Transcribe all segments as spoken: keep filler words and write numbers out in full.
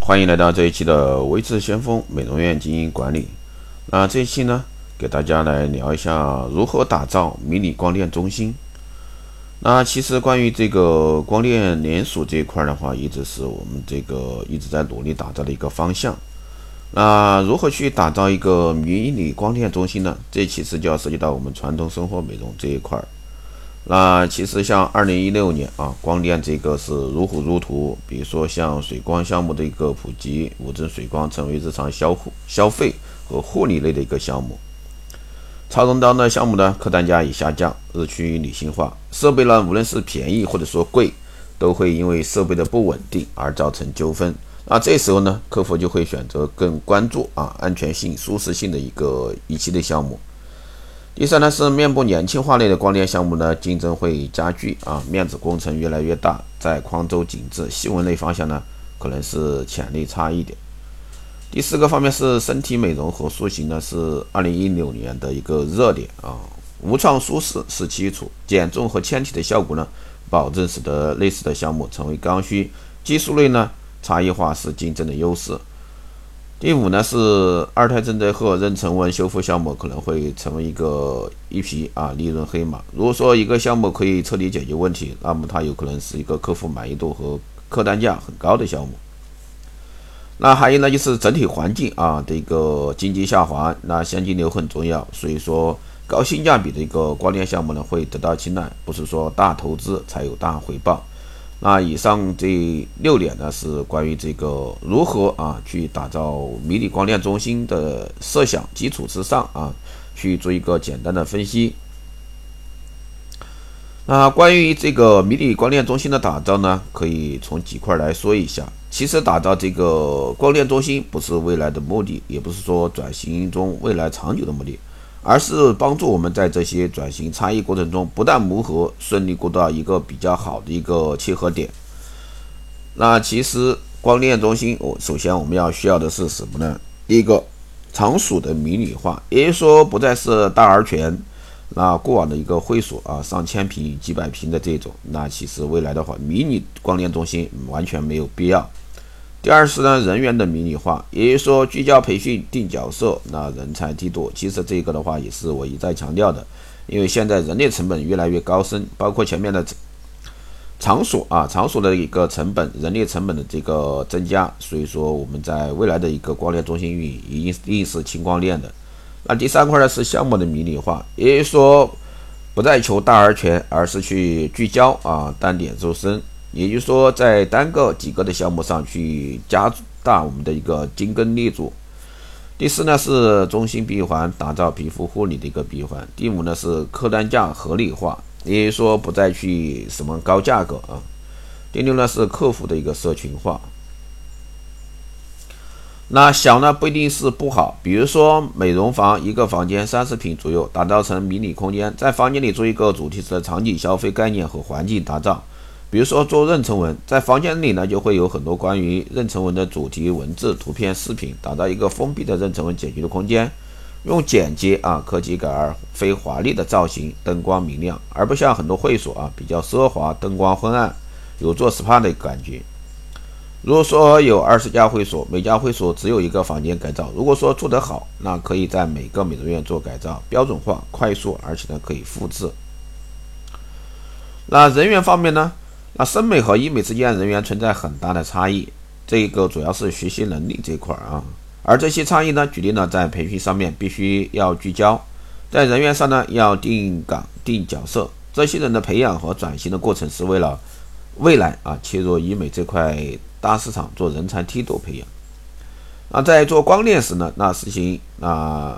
欢迎来到这一期的微智先锋美容院经营管理。那这一期呢，给大家来聊一下如何打造迷你光电中心。那其实关于这个光电连锁这一块的话，一直是我们这个一直在努力打造的一个方向。那如何去打造一个迷你光电中心呢？这其实就要涉及到我们传统生活美容这一块。那其实像二零一六年啊，光电这个是如火如荼，比如说像水光项目的一个普及，无针水光成为日常消消费和护理类的一个项目。超声刀的项目呢，客单价已下降，日趋理性化。设备呢，无论是便宜或者说贵，都会因为设备的不稳定而造成纠纷。那这时候呢，客户就会选择更关注啊安全性、舒适性的一个仪器类项目。第三呢是面部年轻化类的光电项目呢，竞争会加剧啊，面子工程越来越大，在框周紧致、细纹类方向呢，可能是潜力差一点。第四个方面是身体美容和塑形呢，是二零一六年的一个热点啊，无创舒适是基础，减重和纤体的效果呢，保证使得类似的项目成为刚需。技术类呢，差异化是竞争的优势。第五呢是二胎正在后妊娠纹修复项目可能会成为一个一匹啊利润黑马。如果说一个项目可以彻底解决问题，那么它有可能是一个客户满意度和客单价很高的项目。那还有呢就是整体环境啊的一个经济下滑，那现金流很重要，所以说高性价比的一个光电项目呢会得到青睐，不是说大投资才有大回报。那以上这六点呢，是关于这个如何啊去打造迷你光电中心的设想基础之上啊，去做一个简单的分析。那关于这个迷你光电中心的打造呢，可以从几块来说一下。其实打造这个光电中心不是未来的目的，也不是说转型中未来长久的目的，而是帮助我们在这些转型差异过程中不断磨合，顺利过到一个比较好的一个切合点。那其实光电中心，我首先我们要需要的是什么呢？第一个，场所的迷你化，也就是说不再是大而全。那过往的一个会所啊，上千平、几百平的这种，那其实未来的话，迷你光电中心完全没有必要。第二是呢，人员的迷你化，也就是说聚焦培训、定角色，那人才梯度。其实这个的话也是我一再强调的，因为现在人力成本越来越高升，包括前面的场所啊，场所的一个成本、人力成本的这个增加，所以说我们在未来的一个光电中心运营一定是轻光电的。那第三块呢是项目的迷你化，也就是说不再求大而全，而是去聚焦啊，单点周深。也就是说，在单个几个的项目上去加大我们的一个精耕力作。第四呢是中心闭环，打造皮肤护理的一个闭环。第五呢是客单价合理化，也就是说不再去什么高价格啊。第六呢是客户的一个社群化。那小呢不一定是不好，比如说美容房一个房间三十平左右，打造成迷你空间，在房间里做一个主题式的场景消费概念和环境打造。比如说做妊娠纹，在房间里呢就会有很多关于妊娠纹的主题文字、图片、视频，打造一个封闭的妊娠纹解决的空间，用简洁啊、科技感而非华丽的造型，灯光明亮，而不像很多会所啊比较奢华，灯光昏暗，有做 S P A 的感觉。如果说有二十家会所，每家会所只有一个房间改造，如果说做得好，那可以在每个美容院做改造，标准化、快速，而且呢可以复制。那人员方面呢？那审美和医美之间人员存在很大的差异，这个主要是学习能力这块啊。而这些差异呢，决定了在培训上面必须要聚焦，在人员上呢要定岗定角色。这些人的培养和转型的过程是为了未来啊切入医美这块大市场做人才梯度培养。那在做光电时呢，那实行那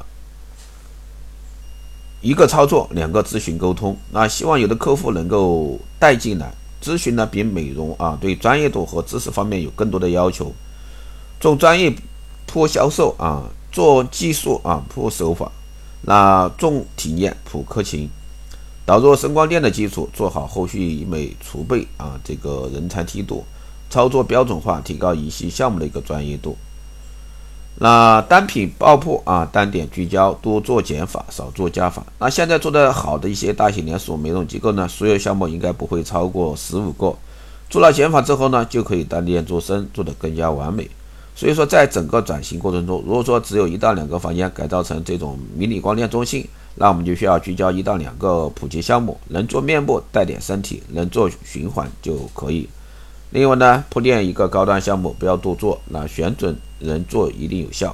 一个操作两个咨询沟通，那希望有的客户能够带进来。咨询呢比美容啊对专业度和知识方面有更多的要求，重专业铺销售啊，做技术啊铺手法，那重体验铺客情，导入声光电的基础，做好后续医美储备啊这个人才梯度，操作标准化，提高仪器项目的一个专业度。那单品爆破啊，单点聚焦，多做减法，少做加法。那现在做的好的一些大型连锁美容机构呢，所有项目应该不会超过十五个。做了减法之后呢，就可以单点做深，做得更加完美。 所以说，在整个转型过程中，如果说只有一到两个房间改造成这种迷你光电中心，那我们就需要聚焦一到两个普及项目，能做面部带点身体，能做循环就可以。另外呢，铺垫一个高端项目，不要多做，那选准人做一定有效。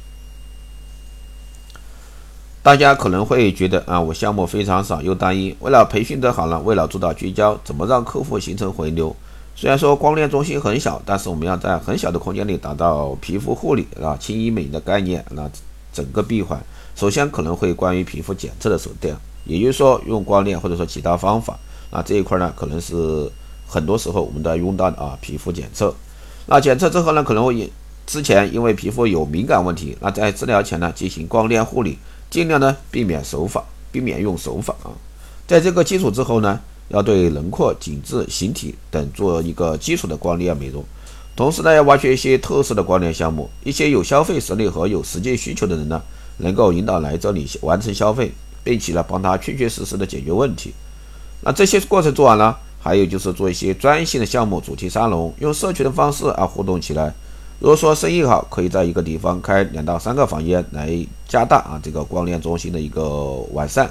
大家可能会觉得啊，我项目非常少又单一，为了培训得好了，为了做到聚焦，怎么让客户形成回流？虽然说光电中心很小，但是我们要在很小的空间里达到皮肤护理啊、轻医美的概念，那整个闭环，首先可能会关于皮肤检测的手段，也就是说用光电或者说其他方法，那这一块呢，可能是很多时候我们都要用到的啊，皮肤检测。那检测之后呢，可能会之前因为皮肤有敏感问题，那在治疗前呢进行光电护理，尽量呢避免手法，避免用手法啊。在这个基础之后呢，要对轮廓、紧致、形体等做一个基础的光电美容，同时呢，要挖掘一些特色的光电项目，一些有消费实力和有实际需求的人呢，能够引导来这里完成消费，并且呢，帮他确确实实的解决问题。那这些过程做完了，还有就是做一些专业性的项目、主题沙龙，用社区的方式啊互动起来。如果说生意好，可以在一个地方开两到三个房间，来加大啊这个光电中心的一个完善。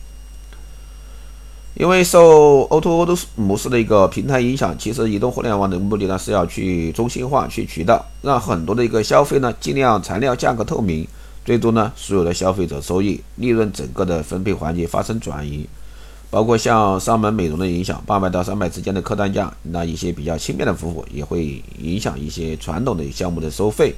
因为受 O to O 的模式的一个平台影响，其实移动互联网的目的呢是要去中心化、去渠道，让很多的一个消费呢尽量材料价格透明，最终呢所有的消费者收益、利润整个的分配环节发生转移。包括像上门美容的影响，八百到三百之间的客单价，那一些比较轻便的服务也会影响一些传统的项目的收费。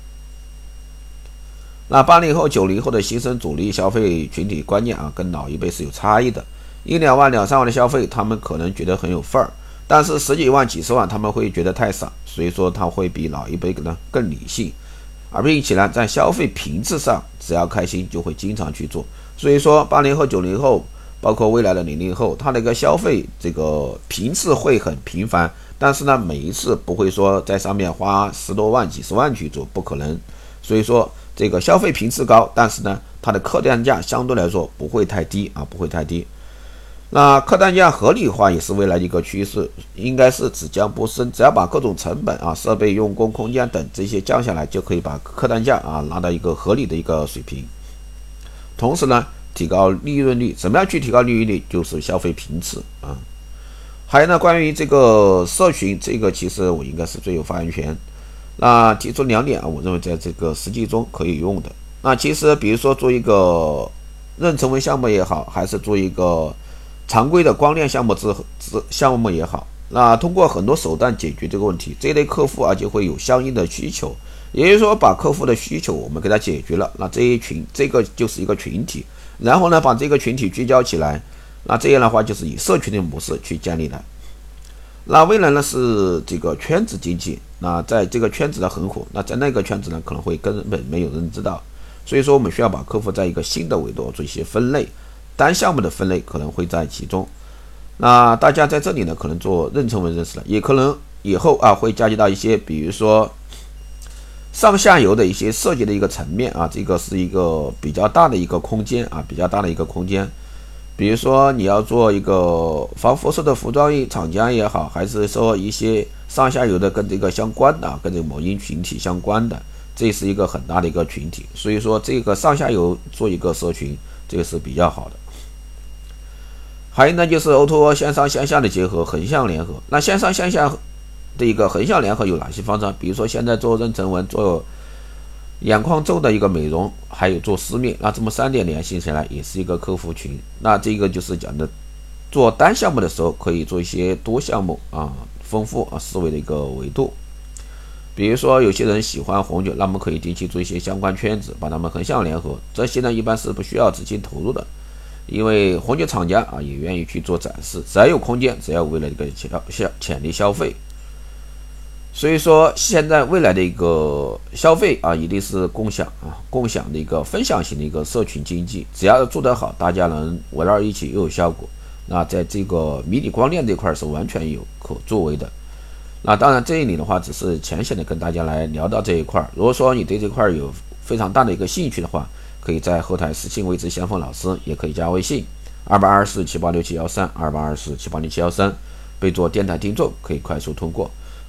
那八零后、九零后的新生主力消费群体观念啊，跟老一辈是有差异的。一两万、两三万的消费，他们可能觉得很有份儿，但是十几万、几十万，他们会觉得太少，所以说他会比老一辈呢更理性，而并且呢，在消费频次上，只要开心就会经常去做。所以说，八零后、九零后。包括未来的零零后，他的一个消费这个频次会很频繁，但是呢，每一次不会说在上面花十多万、几十万去做，不可能。所以说，这个消费频次高，但是呢，它的客单价相对来说不会太低啊，不会太低。那客单价合理化也是未来的一个趋势，应该是只降不升，只要把各种成本啊、设备、用工、空间等这些降下来，就可以把客单价啊拿到一个合理的一个水平。同时呢，提高利润率，怎么样去提高利润率？就是消费频次啊。还有呢，关于这个社群，这个其实我应该是最有发言权。那提出两点啊，我认为在这个实际中可以用的。那其实比如说做一个妊娠纹项目也好，还是做一个常规的光电项目之之项目也好，那通过很多手段解决这个问题，这一类客户啊就会有相应的需求。也就是说，把客户的需求我们给他解决了，那这一群这个就是一个群体。然后呢，把这个群体聚焦起来，那这样的话就是以社群的模式去建立的。那未来呢是这个圈子经济，那在这个圈子呢很火，那在那个圈子呢可能会根本没有人知道，所以说我们需要把客户在一个新的维度做一些分类，单项目的分类可能会在其中。那大家在这里呢可能做妊娠纹认识了，也可能以后啊会加及到一些，比如说上下游的一些设计的一个层面啊，这个是一个比较大的一个空间啊，比较大的一个空间。比如说你要做一个防辐射的服装厂家也好，还是说一些上下游的跟这个相关的、啊、跟这个某一群体相关的，这是一个很大的一个群体。所以说这个上下游做一个社群，这个是比较好的。还有呢，就是 O to O 线上线下的结合，横向联合。那线上线下的一个横向联合有哪些方式？比如说现在做妊娠纹、做眼眶皱的一个美容，还有做私密，那这么三点联系起来也是一个客户群。那这个就是讲的，做单项目的时候可以做一些多项目啊，丰富啊思维的一个维度。比如说有些人喜欢红酒，那么可以定期做一些相关圈子，把它们横向联合。这些呢一般是不需要资金投入的，因为红酒厂家啊也愿意去做展示，只要有空间，只要为了一个消潜力消费。所以说现在未来的一个消费啊，一定是共享啊，共享的一个分享型的一个社群经济，只要做得好，大家能围绕一起又有效果。那在这个迷你光电这块是完全有可作为的。那当然这里的话只是浅显的跟大家来聊到这一块，如果说你对这块有非常大的一个兴趣的话，可以在后台私信魏之先锋老师，也可以加微信二八二四七八六七一三二八二四七八六七一三，备注电台听众，可以快速通过。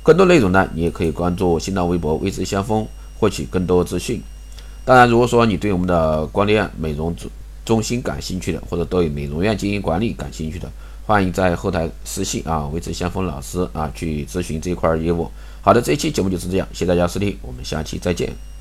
更多内容呢，你也可以关注新浪微博微知先锋，获取更多资讯。当然，如果说你对我们的光电美容中心感兴趣的，或者对美容院经营管理感兴趣的，欢迎在后台私信啊，微知先锋老师啊去咨询这一块业务。好的，这一期节目就是这样，谢谢大家收听，我们下期再见。